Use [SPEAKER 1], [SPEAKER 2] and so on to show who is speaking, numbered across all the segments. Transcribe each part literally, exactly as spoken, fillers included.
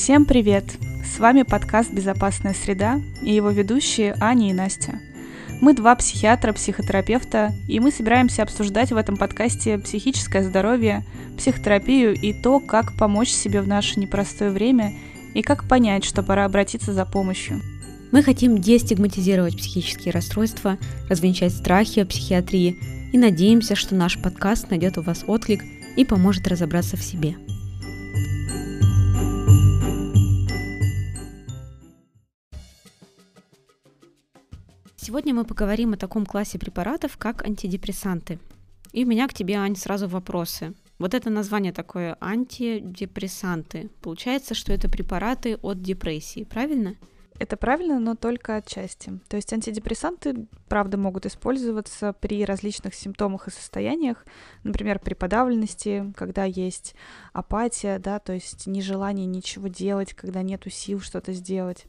[SPEAKER 1] Всем привет! С вами подкаст «Безопасная среда» и его ведущие Аня и Настя. Мы два психиатра, психотерапевта, и мы собираемся обсуждать в этом подкасте психическое здоровье, психотерапию и то, как помочь себе в наше непростое время и как понять, что пора обратиться за помощью.
[SPEAKER 2] Мы хотим дестигматизировать психические расстройства, развенчать страхи о психиатрии и надеемся, что наш подкаст найдет у вас отклик и поможет разобраться в себе. Сегодня мы поговорим о таком классе препаратов, как антидепрессанты. И у меня к тебе, Ань, сразу вопросы. Вот это название такое антидепрессанты. Получается, что это препараты от депрессии, правильно?
[SPEAKER 1] Это правильно, но только отчасти. То есть антидепрессанты, правда, могут использоваться при различных симптомах и состояниях, например, при подавленности, когда есть апатия, да, то есть нежелание ничего делать, когда нету сил что-то сделать.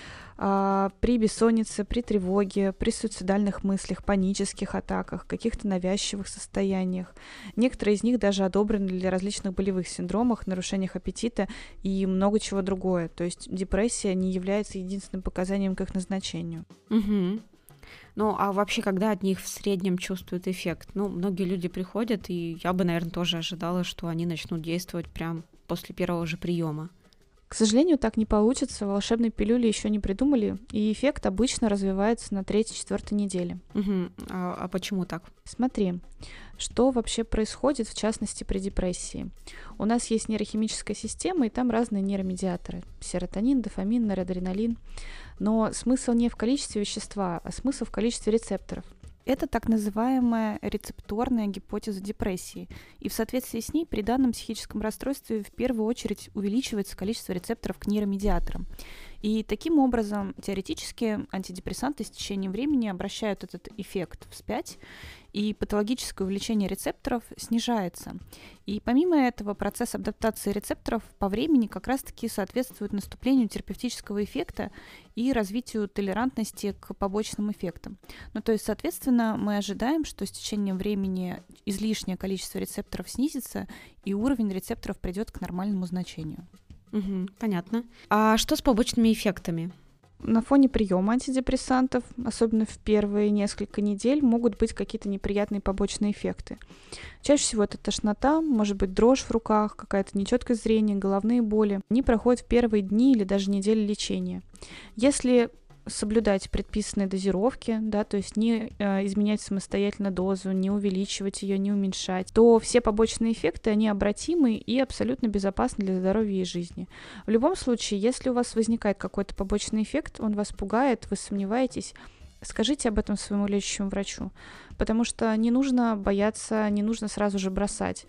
[SPEAKER 1] При бессоннице, при тревоге, при суицидальных мыслях, панических атаках, каких-то навязчивых состояниях. Некоторые из них даже одобрены для различных болевых синдромов, нарушениях аппетита и много чего другое. То есть депрессия не является единственным показанием к их назначению.
[SPEAKER 2] Угу. Ну, а вообще, когда от них в среднем чувствуют эффект? Ну, многие люди приходят, и я бы, наверное, тоже ожидала, что они начнут действовать прямо после первого же приема.
[SPEAKER 1] К сожалению, так не получится, волшебной пилюли еще не придумали, и эффект обычно развивается на третьей-четвертой неделе.
[SPEAKER 2] Угу. А, а почему так?
[SPEAKER 1] Смотри, что вообще происходит, в частности, при депрессии. У нас есть нейрохимическая система, и там разные нейромедиаторы. Серотонин, дофамин, норадреналин. Но смысл не в количестве вещества, а смысл в количестве рецепторов. Это так называемая рецепторная гипотеза депрессии, и в соответствии с ней при данном психическом расстройстве в первую очередь увеличивается количество рецепторов к нейромедиаторам. И таким образом, теоретически, антидепрессанты с течением времени обращают этот эффект вспять, и патологическое увеличение рецепторов снижается. И помимо этого, процесс адаптации рецепторов по времени как раз-таки соответствует наступлению терапевтического эффекта и развитию толерантности к побочным эффектам. Ну, то есть, соответственно, мы ожидаем, что с течением времени излишнее количество рецепторов снизится, и уровень рецепторов придет к нормальному значению.
[SPEAKER 2] Угу, понятно. А что с побочными эффектами?
[SPEAKER 1] На фоне приема антидепрессантов, особенно в первые несколько недель, могут быть какие-то неприятные побочные эффекты. Чаще всего это тошнота, может быть дрожь в руках, какая-то нечеткость зрения, головные боли. Они проходят в первые дни или даже недели лечения. Если соблюдать предписанные дозировки, да, то есть не э, изменять самостоятельно дозу, не увеличивать ее, не уменьшать, то все побочные эффекты, они обратимы и абсолютно безопасны для здоровья и жизни. В любом случае, если у вас возникает какой-то побочный эффект, он вас пугает, вы сомневаетесь, скажите об этом своему лечащему врачу, потому что не нужно бояться, не нужно сразу же бросать.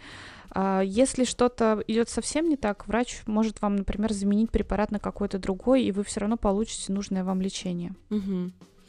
[SPEAKER 1] Если что-то идет совсем не так, врач может вам, например, заменить препарат на какой-то другой, и вы все равно получите нужное вам лечение.
[SPEAKER 2] Угу.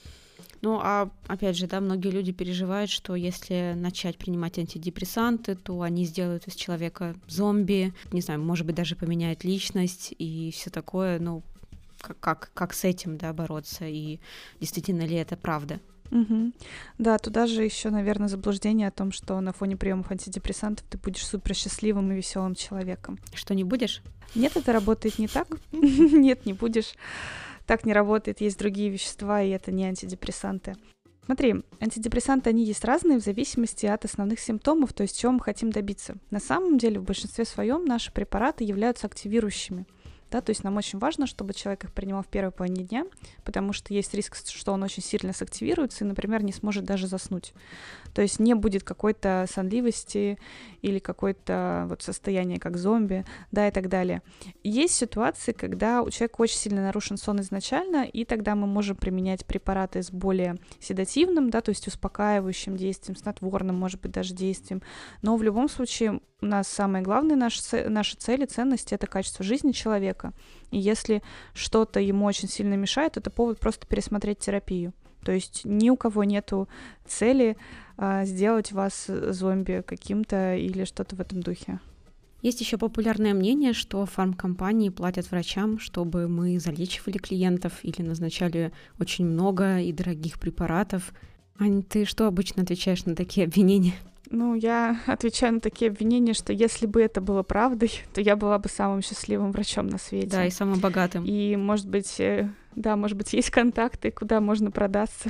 [SPEAKER 2] Ну, а опять же, да, многие люди переживают, что если начать принимать антидепрессанты, то они сделают из человека зомби, не знаю, может быть, даже поменяют личность и все такое. Ну, как, как, как с этим, да, бороться, и действительно ли это правда?
[SPEAKER 1] Угу. Да, туда же еще, наверное, заблуждение о том, что на фоне приемов антидепрессантов ты будешь супер счастливым и веселым человеком.
[SPEAKER 2] Что, не будешь?
[SPEAKER 1] Нет, это работает не так. Нет, не будешь. Так не работает. Есть другие вещества, и это не антидепрессанты. Смотри, антидепрессанты, они есть разные в зависимости от основных симптомов, то есть чего мы хотим добиться. На самом деле, в большинстве своем наши препараты являются активирующими. Да, то есть нам очень важно, чтобы человек их принимал в первой половине дня, потому что есть риск, что он очень сильно сактивируется и, например, не сможет даже заснуть. То есть не будет какой-то сонливости или какое-то вот состояние как зомби, да, и так далее. Есть ситуации, когда у человека очень сильно нарушен сон изначально, и тогда мы можем применять препараты с более седативным, да, то есть успокаивающим действием, снотворным, может быть, даже действием. Но в любом случае у нас самое главное, наша, наша цель и ценность — это качество жизни человека. И если что-то ему очень сильно мешает, это повод просто пересмотреть терапию. То есть ни у кого нету цели а, сделать вас зомби каким-то или что-то в этом духе.
[SPEAKER 2] Есть еще популярное мнение, что фармкомпании платят врачам, чтобы мы залечивали клиентов или назначали очень много и дорогих препаратов. Ань, ты что обычно отвечаешь на такие обвинения?
[SPEAKER 1] Ну, я отвечаю на такие обвинения, что если бы это было правдой, то я была бы самым счастливым врачом на свете.
[SPEAKER 2] Да, и самым богатым.
[SPEAKER 1] И, может быть, э, да, может быть, есть контакты, куда можно продаться.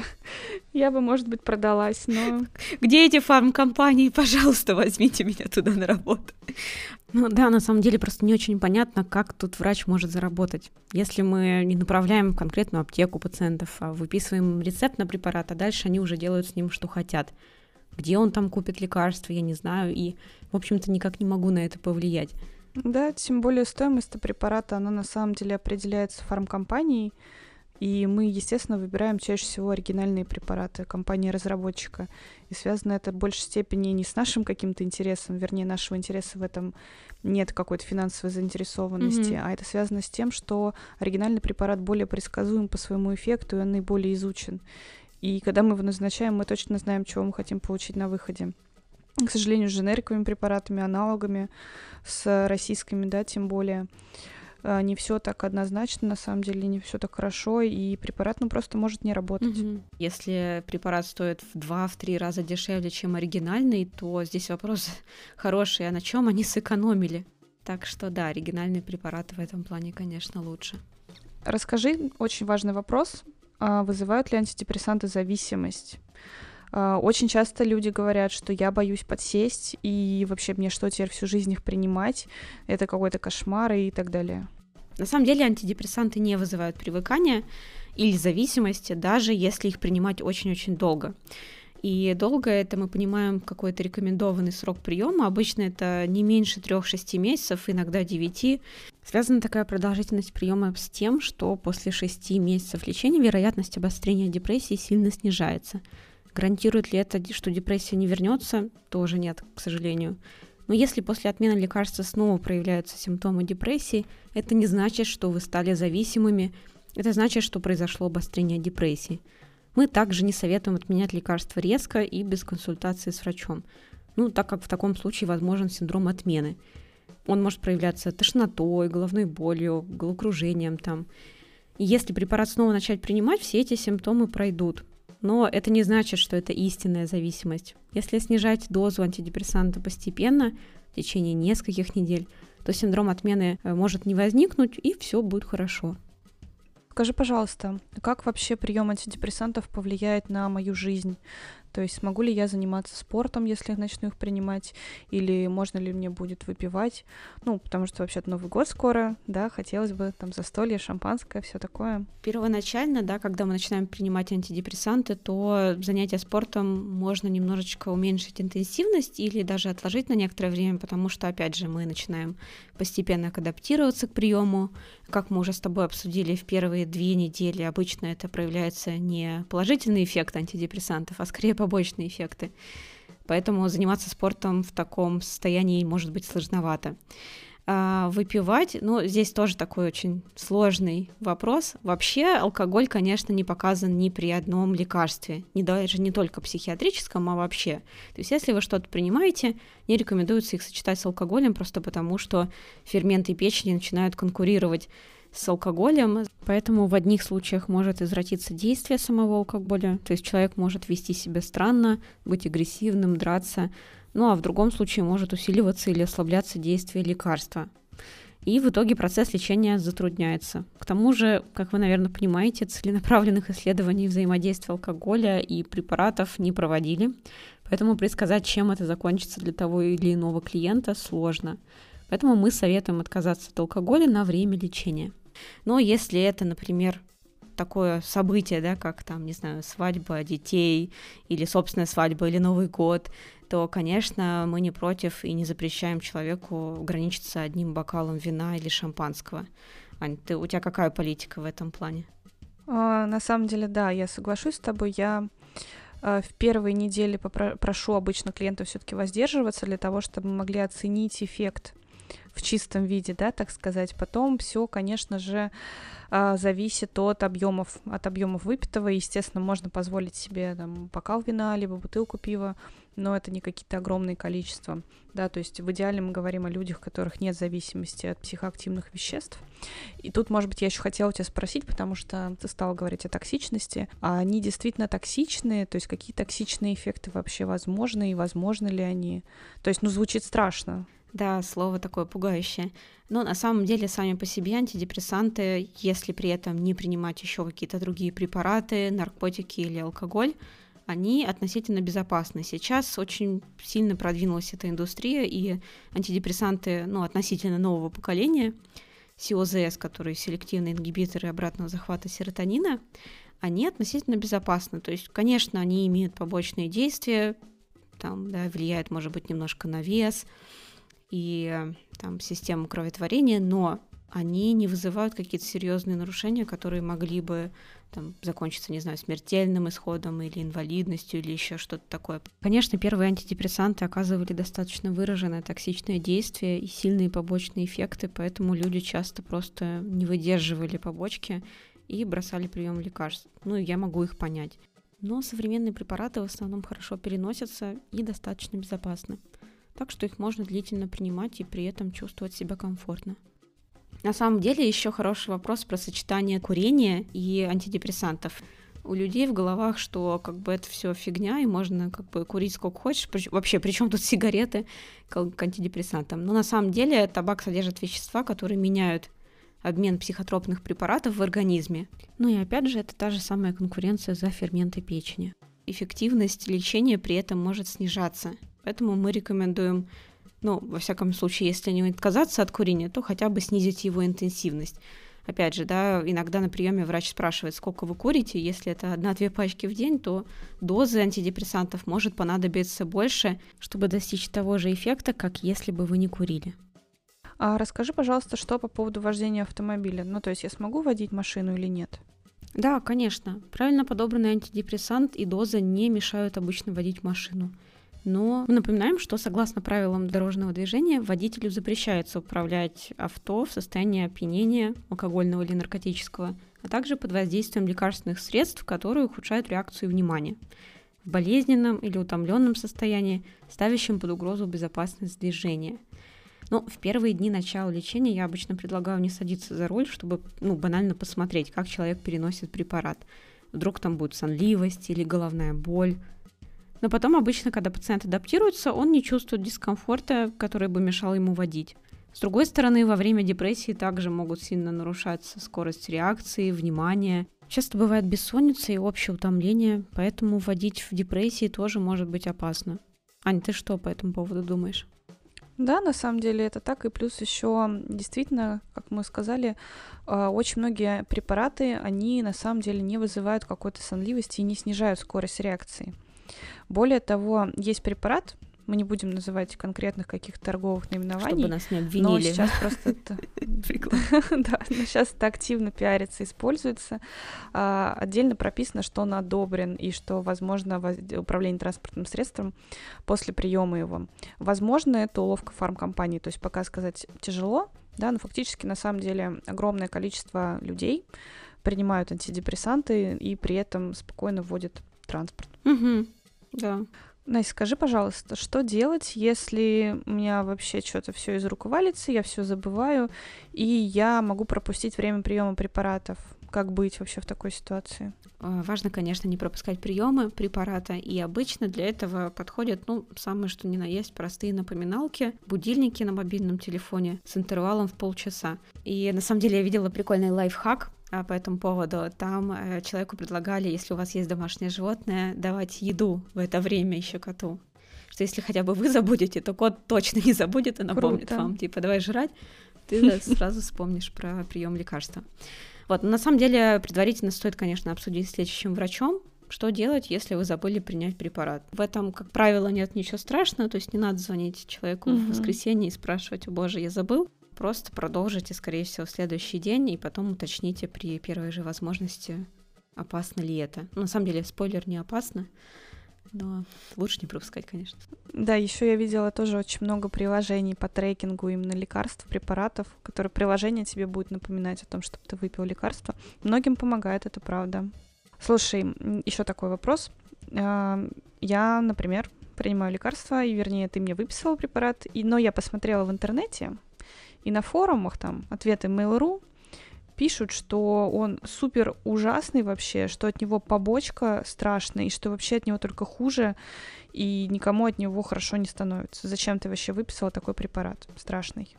[SPEAKER 1] Я бы, может быть, продалась, но...
[SPEAKER 2] Где эти фармкомпании? Пожалуйста, возьмите меня туда на работу. Ну да, на самом деле просто не очень понятно, как тут врач может заработать. Если мы не направляем в конкретную аптеку пациентов, а выписываем рецепт на препарат, а дальше они уже делают с ним, что хотят. Где он там купит лекарства, я не знаю, и, в общем-то, никак не могу на это повлиять.
[SPEAKER 1] Да, тем более стоимость препарата, она на самом деле определяется фармкомпанией, и мы, естественно, выбираем чаще всего оригинальные препараты компании-разработчика. И связано это в большей степени не с нашим каким-то интересом, вернее, нашего интереса в этом нет какой-то финансовой заинтересованности, mm-hmm. а это связано с тем, что оригинальный препарат более предсказуем по своему эффекту, и он наиболее изучен. И когда мы его назначаем, мы точно знаем, чего мы хотим получить на выходе. К сожалению, с дженериковыми препаратами, аналогами, с российскими, да, тем более, не все так однозначно, на самом деле, не все так хорошо, и препарат, ну, просто может не работать.
[SPEAKER 2] Mm-hmm. Если препарат стоит в два-три раза дешевле, чем оригинальный, то здесь вопрос хороший, а на чем они сэкономили? Так что да, оригинальные препараты в этом плане, конечно, лучше.
[SPEAKER 1] Расскажи, очень важный вопрос. Вызывают ли антидепрессанты зависимость? Очень часто люди говорят, что я боюсь подсесть, и вообще мне что, теперь всю жизнь их принимать? Это какой-то кошмар и так далее.
[SPEAKER 2] На самом деле антидепрессанты не вызывают привыкания или зависимости, даже если их принимать очень-очень долго. И долго это мы понимаем какой-то рекомендованный срок приема. Обычно это не меньше трех-шести месяцев, иногда девяти. Связана такая продолжительность приема с тем, что после шести месяцев лечения вероятность обострения депрессии сильно снижается. Гарантирует ли это, что депрессия не вернется? Тоже нет, к сожалению. Но если после отмены лекарства снова проявляются симптомы депрессии, это не значит, что вы стали зависимыми. Это значит, что произошло обострение депрессии. Мы также не советуем отменять лекарства резко и без консультации с врачом, ну, так как в таком случае возможен синдром отмены. Он может проявляться тошнотой, головной болью, головокружением там. И если препарат снова начать принимать, все эти симптомы пройдут. Но это не значит, что это истинная зависимость. Если снижать дозу антидепрессанта постепенно, в течение нескольких недель, то синдром отмены может не возникнуть, и все будет хорошо.
[SPEAKER 1] Скажи, пожалуйста, как вообще прием антидепрессантов повлияет на мою жизнь? То есть смогу ли я заниматься спортом, если я начну их принимать, или можно ли мне будет выпивать? Ну, потому что вообще-то Новый год скоро, да, хотелось бы там застолье, шампанское, все такое.
[SPEAKER 2] Первоначально, да, когда мы начинаем принимать антидепрессанты, то занятия спортом можно немножечко уменьшить интенсивность или даже отложить на некоторое время, потому что, опять же, мы начинаем постепенно адаптироваться к приему. Как мы уже с тобой обсудили, в первые две недели обычно это проявляется не положительный эффект антидепрессантов, а скорее побочные эффекты. Поэтому заниматься спортом в таком состоянии может быть сложновато. А выпивать, ну, здесь тоже такой очень сложный вопрос. Вообще алкоголь, конечно, не показан ни при одном лекарстве, не даже не только психиатрическом, а вообще. То есть если вы что-то принимаете, не рекомендуется их сочетать с алкоголем, просто потому что ферменты печени начинают конкурировать с алкоголем, поэтому в одних случаях может извратиться действие самого алкоголя, то есть человек может вести себя странно, быть агрессивным, драться, ну а в другом случае может усиливаться или ослабляться действие лекарства. И в итоге процесс лечения затрудняется. К тому же, как вы, наверное, понимаете, целенаправленных исследований взаимодействия алкоголя и препаратов не проводили, поэтому предсказать, чем это закончится для того или иного клиента, сложно. Поэтому мы советуем отказаться от алкоголя на время лечения. Но если это, например, такое событие, да, как там, не знаю, свадьба детей, или собственная свадьба, или Новый год, то, конечно, мы не против и не запрещаем человеку ограничиться одним бокалом вина или шампанского. Ань, ты, у тебя какая политика в этом плане?
[SPEAKER 1] А, на самом деле, да, я соглашусь с тобой. Я а, в первые недели попро- прошу обычно клиентов все-таки воздерживаться для того, чтобы мы могли оценить эффект в чистом виде, да, так сказать. Потом все, конечно же, а, зависит от объемов, от объемов выпитого. Естественно, можно позволить себе там бокал вина, либо бутылку пива, но это не какие-то огромные количества, да, то есть в идеале мы говорим о людях, у которых нет зависимости от психоактивных веществ. И тут, может быть, я еще хотела у тебя спросить, потому что ты стала говорить о токсичности, а они действительно токсичные, то есть какие токсичные эффекты вообще возможны и возможны ли они? То есть, ну, звучит страшно.
[SPEAKER 2] Да, слово такое пугающее. Но на самом деле сами по себе антидепрессанты, если при этом не принимать еще какие-то другие препараты, наркотики или алкоголь, они относительно безопасны. Сейчас очень сильно продвинулась эта индустрия, и антидепрессанты, ну, относительно нового поколения, си о зет эс, которые селективные ингибиторы обратного захвата серотонина, они относительно безопасны. То есть, конечно, они имеют побочные действия, там, да, влияют, может быть, немножко на вес и там, систему кроветворения, но они не вызывают какие-то серьезные нарушения, которые могли бы там, закончиться, не знаю, смертельным исходом или инвалидностью или еще что-то такое. Конечно, первые антидепрессанты оказывали достаточно выраженное токсичное действие и сильные побочные эффекты, поэтому люди часто просто не выдерживали побочки и бросали прием лекарств. Ну, я могу их понять. Но современные препараты в основном хорошо переносятся и достаточно безопасны. Так что их можно длительно принимать и при этом чувствовать себя комфортно. На самом деле еще хороший вопрос про сочетание курения и антидепрессантов. У людей в головах, что как бы это все фигня, и можно как бы курить сколько хочешь. Вообще, при чем тут сигареты к антидепрессантам? Но на самом деле табак содержит вещества, которые меняют обмен психотропных препаратов в организме. Ну и опять же, это та же самая конкуренция за ферменты печени. Эффективность лечения при этом может снижаться. Поэтому мы рекомендуем, ну, во всяком случае, если не отказаться от курения, то хотя бы снизить его интенсивность. Опять же, да, иногда на приеме врач спрашивает, сколько вы курите. Если это одна-две пачки в день, то дозы антидепрессантов может понадобиться больше, чтобы достичь того же эффекта, как если бы вы не курили.
[SPEAKER 1] А расскажи, пожалуйста, что по поводу вождения автомобиля? Ну, то есть я смогу водить машину или нет?
[SPEAKER 2] Да, конечно. Правильно подобранный антидепрессант и доза не мешают обычно водить машину. Но мы напоминаем, что согласно правилам дорожного движения водителю запрещается управлять авто в состоянии опьянения алкогольного или наркотического, а также под воздействием лекарственных средств, которые ухудшают реакцию внимания, в болезненном или утомленном состоянии, ставящем под угрозу безопасность движения. Но в первые дни начала лечения я обычно предлагаю не садиться за руль, чтобы ну, банально посмотреть, как человек переносит препарат. Вдруг там будет сонливость или головная боль. Но потом обычно, когда пациент адаптируется, он не чувствует дискомфорта, который бы мешал ему водить. С другой стороны, во время депрессии также могут сильно нарушаться скорость реакции, внимание. Часто бывает бессонница и общее утомление, поэтому водить в депрессии тоже может быть опасно. Ань, ты что по этому поводу думаешь?
[SPEAKER 1] Да, на самом деле это так, и плюс еще действительно, как мы сказали, очень многие препараты, они на самом деле не вызывают какой-то сонливости и не снижают скорость реакции. Более того, есть препарат, мы не будем называть конкретных каких-то торговых наименований,
[SPEAKER 2] чтобы нас не обвинили.
[SPEAKER 1] Но сейчас просто это... Да, сейчас это активно пиарится, используется. Отдельно прописано, что он одобрен и что возможно управление транспортным средством после приема его. Возможно, это уловка фармкомпании, то есть пока сказать тяжело, да, но фактически на самом деле огромное количество людей принимают антидепрессанты и при этом спокойно вводят транспорт.
[SPEAKER 2] Угу, да.
[SPEAKER 1] Настя, скажи, пожалуйста, что делать, если у меня вообще что-то все из рук валится, я все забываю, и я могу пропустить время приема препаратов? Как быть вообще в такой ситуации?
[SPEAKER 2] Важно, конечно, не пропускать приемы препарата, и обычно для этого подходят, ну, самые что ни на есть простые напоминалки, будильники на мобильном телефоне с интервалом в полчаса. И на самом деле я видела прикольный лайфхак по этому поводу. Там э, человеку предлагали, если у вас есть домашнее животное, давать еду в это время еще коту. Что если хотя бы вы забудете, то кот точно не забудет и напомнит Круто. Вам, типа, давай жрать, ты сразу вспомнишь про прием лекарства. Вот, но на самом деле предварительно стоит, конечно, обсудить с лечащим врачом, что делать, если вы забыли принять препарат. В этом, как правило, нет ничего страшного, то есть не надо звонить человеку mm-hmm. в воскресенье и спрашивать: «О боже, я забыл». Просто продолжите, скорее всего, в следующий день, и потом уточните при первой же возможности, опасно ли это. Ну, на самом деле, спойлер, не опасно. но лучше не пропускать, конечно.
[SPEAKER 1] Да, еще я видела тоже очень много приложений по трекингу именно лекарств, препаратов, которые приложение тебе будет напоминать о том, чтобы ты выпил лекарство. Многим помогает, это правда. Слушай, еще такой вопрос. Я, например, принимаю лекарства, и, вернее, ты мне выписал препарат, и, но я посмотрела в интернете, и на форумах там ответы Mail точка ру пишут, что он супер ужасный вообще, что от него побочка страшная, и что вообще от него только хуже, и никому от него хорошо не становится. Зачем ты вообще выписала такой препарат страшный?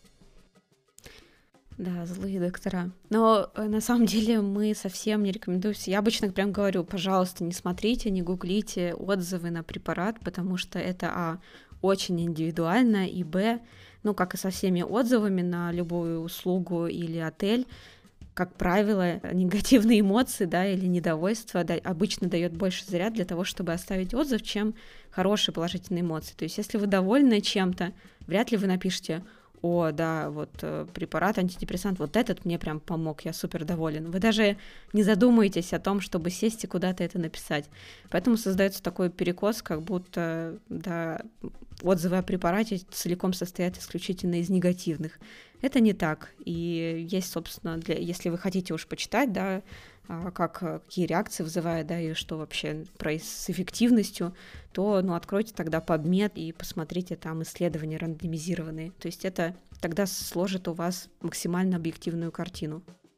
[SPEAKER 2] Да, злые доктора. Но э, на самом деле мы совсем не рекомендуем. Я обычно прям говорю, пожалуйста, не смотрите, не гуглите отзывы на препарат, потому что это, а, очень индивидуально, и, б, ну, как и со всеми отзывами на любую услугу или отель, как правило, негативные эмоции, да, или недовольство да, обычно дает больше заряд для того, чтобы оставить отзыв, чем хорошие положительные эмоции. То есть, если вы довольны чем-то, вряд ли вы напишете: о, да, вот э, препарат, антидепрессант, вот этот мне прям помог, я супер доволен. Вы даже не задумаетесь о том, чтобы сесть и куда-то это написать. Поэтому создается такой перекос, как будто, да, отзывы о препарате целиком состоят исключительно из негативных. Это не так. И есть, собственно, для, если вы хотите уж почитать, да, как, какие реакции вызывает, да, и что вообще происходит с эффективностью, то, ну, откройте тогда PubMed и посмотрите там исследования рандомизированные. То есть это тогда сложит у вас максимально объективную картину.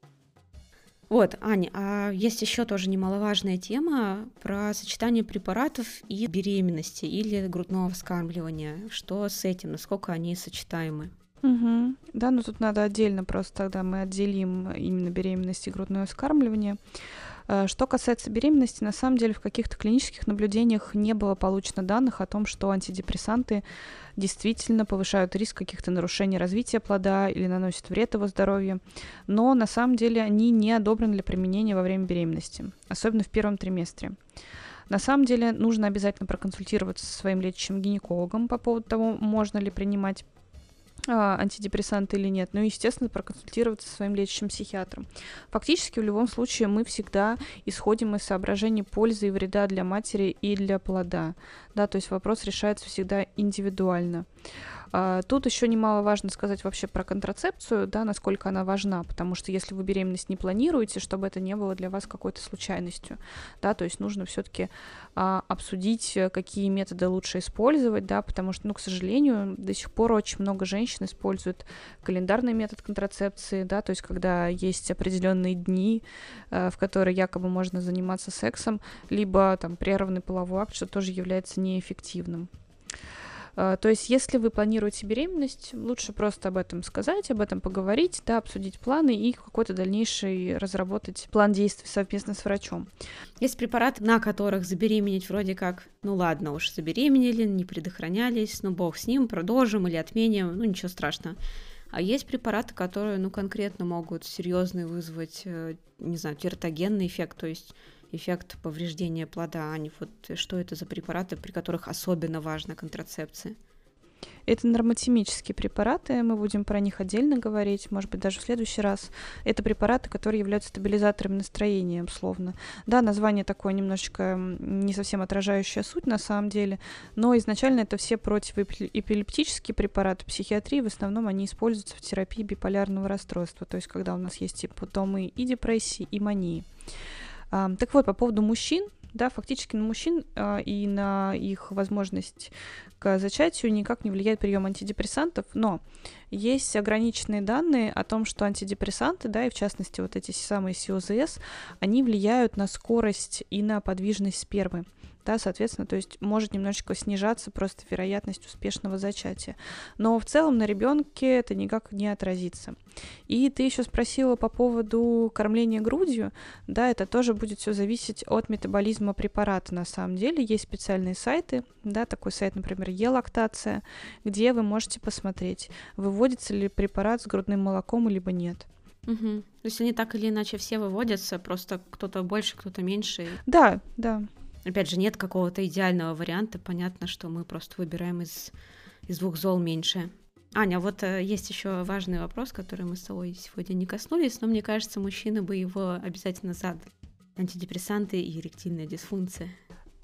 [SPEAKER 2] Вот, Аня, а есть еще тоже немаловажная тема про сочетание препаратов и беременности или грудного вскармливания. Что с этим, насколько они сочетаемы?
[SPEAKER 1] Угу. Да, но тут надо отдельно, просто тогда мы отделим именно беременность и грудное вскармливание. Что касается беременности, на самом деле в каких-то клинических наблюдениях не было получено данных о том, что антидепрессанты действительно повышают риск каких-то нарушений развития плода или наносят вред его здоровью, но на самом деле они не одобрены для применения во время беременности, особенно в первом триместре. На самом деле нужно обязательно проконсультироваться со своим лечащим гинекологом по поводу того, можно ли принимать антидепрессанты или нет, ну и, естественно, проконсультироваться со своим лечащим психиатром. Фактически, в любом случае, мы всегда исходим из соображений пользы и вреда для матери и для плода, да, то есть вопрос решается всегда индивидуально. Тут еще немаловажно сказать вообще про контрацепцию, да, насколько она важна, потому что если вы беременность не планируете, чтобы это не было для вас какой-то случайностью, да, то есть нужно все-таки а, обсудить, какие методы лучше использовать, да, потому что, ну, к сожалению, до сих пор очень много женщин используют календарный метод контрацепции, да, то есть когда есть определенные дни, а, в которые якобы можно заниматься сексом, либо там прерванный половой акт, что тоже является неэффективным. То есть, если вы планируете беременность, лучше просто об этом сказать, об этом поговорить, да, обсудить планы и какой-то дальнейший разработать план действий совместно с врачом.
[SPEAKER 2] Есть препараты, на которых забеременеть вроде как, ну ладно уж, забеременели, не предохранялись, ну бог с ним, продолжим или отменим, ну ничего страшного. А есть препараты, которые, ну, конкретно могут серьезно вызвать, не знаю, тератогенный эффект, то есть эффект повреждения плода, а не вот что это за препараты, при которых особенно важна контрацепция?
[SPEAKER 1] Это нормотимические препараты, мы будем про них отдельно говорить, может быть, даже в следующий раз. Это препараты, которые являются стабилизаторами настроения, условно. Да, название такое немножечко не совсем отражающее суть на самом деле, но изначально это все противоэпилептические препараты психиатрии, в основном они используются в терапии биполярного расстройства, то есть когда у нас есть симптомы и депрессии, и мании. Так вот, по поводу мужчин, да, фактически на мужчин э, и на их возможность к зачатию никак не влияет прием антидепрессантов, но есть ограниченные данные о том, что антидепрессанты, да, и в частности вот эти самые си о зет эс, они влияют на скорость и на подвижность спермы. Да, соответственно, то есть может немножечко снижаться просто вероятность успешного зачатия. Но в целом на ребенке это никак не отразится. И ты еще спросила по поводу кормления грудью. Да, это тоже будет все зависеть от метаболизма препарата на самом деле. Есть специальные сайты, да, такой сайт, например, Е-лактация, где вы можете посмотреть, выводится ли препарат с грудным молоком, либо нет.
[SPEAKER 2] Угу. То есть они так или иначе все выводятся, просто кто-то больше, кто-то меньше.
[SPEAKER 1] Да, да.
[SPEAKER 2] Опять же, нет какого-то идеального варианта. Понятно, что мы просто выбираем из, из двух зол меньшее. Аня, вот э, есть еще важный вопрос, который мы с тобой сегодня не коснулись, но мне кажется, мужчины бы его обязательно задали. Антидепрессанты и эректильная дисфункция.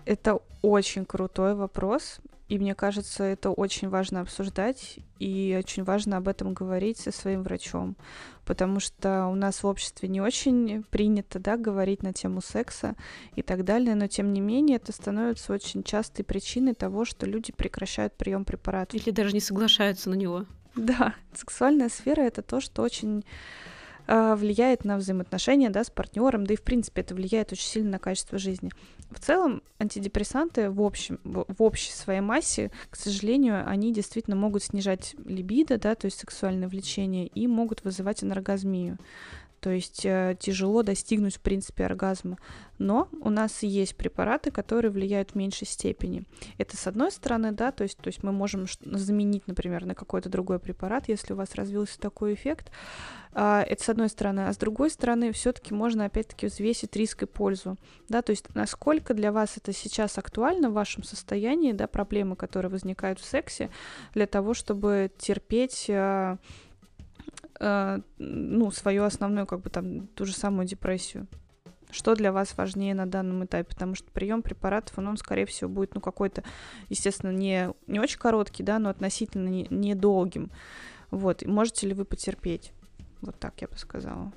[SPEAKER 1] Это очень крутой вопрос, и мне кажется, это очень важно обсуждать, и очень важно об этом говорить со своим врачом, потому что у нас в обществе не очень принято, да, говорить на тему секса и так далее, но тем не менее это становится очень частой причиной того, что люди прекращают прием препаратов.
[SPEAKER 2] Или даже не соглашаются на него.
[SPEAKER 1] Да, сексуальная сфера — это то, что очень э, влияет на взаимоотношения, да, с партнером, да и в принципе это влияет очень сильно на качество жизни. В целом антидепрессанты в общем, в, в общей своей массе, к сожалению, они действительно могут снижать либидо, да, то есть сексуальное влечение, и могут вызывать аноргазмию. То есть э, тяжело достигнуть, в принципе, оргазма. Но у нас есть препараты, которые влияют в меньшей степени. Это с одной стороны, да, то есть, то есть мы можем заменить, например, на какой-то другой препарат, если у вас развился такой эффект. А, это с одной стороны. А с другой стороны, все-таки можно, опять-таки, взвесить риск и пользу. Да, то есть насколько для вас это сейчас актуально в вашем состоянии, да, проблемы, которые возникают в сексе, для того, чтобы терпеть... А, ну, свою основную, как бы там, ту же самую депрессию. Что для вас важнее на данном этапе? Потому что прием препаратов, он, он скорее всего, будет, ну, какой-то, естественно, не, не очень короткий, да, но относительно недолгим. Вот. И можете ли вы потерпеть? Вот так я бы сказала.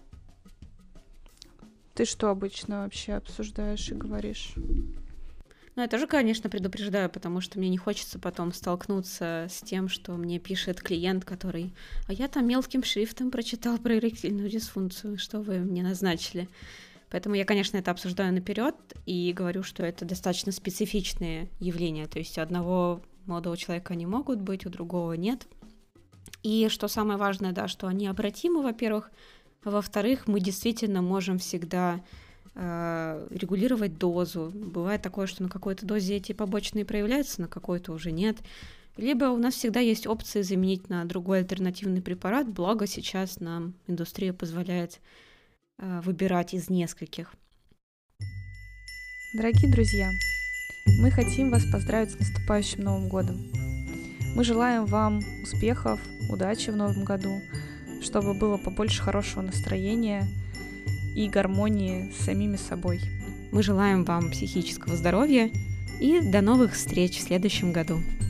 [SPEAKER 1] Ты что обычно вообще обсуждаешь и говоришь?
[SPEAKER 2] Ну, я тоже, конечно, предупреждаю, потому что мне не хочется потом столкнуться с тем, что мне пишет клиент, который «А я там мелким шрифтом прочитал про эректильную дисфункцию, что вы мне назначили». Поэтому я, конечно, это обсуждаю наперед и говорю, что это достаточно специфичные явления. То есть у одного молодого человека они могут быть, у другого нет. И что самое важное, да, что они обратимы, во-первых. А во-вторых, мы действительно можем всегда... регулировать дозу. Бывает такое, что на какой-то дозе эти побочные проявляются, на какой-то уже нет. Либо у нас всегда есть опции заменить на другой альтернативный препарат, благо сейчас нам индустрия позволяет выбирать из нескольких.
[SPEAKER 1] Дорогие друзья, мы хотим вас поздравить с наступающим Новым годом. Мы желаем вам успехов, удачи в Новом году, чтобы было побольше хорошего настроения и гармонии с самими собой.
[SPEAKER 2] Мы желаем вам психического здоровья и до новых встреч в следующем году.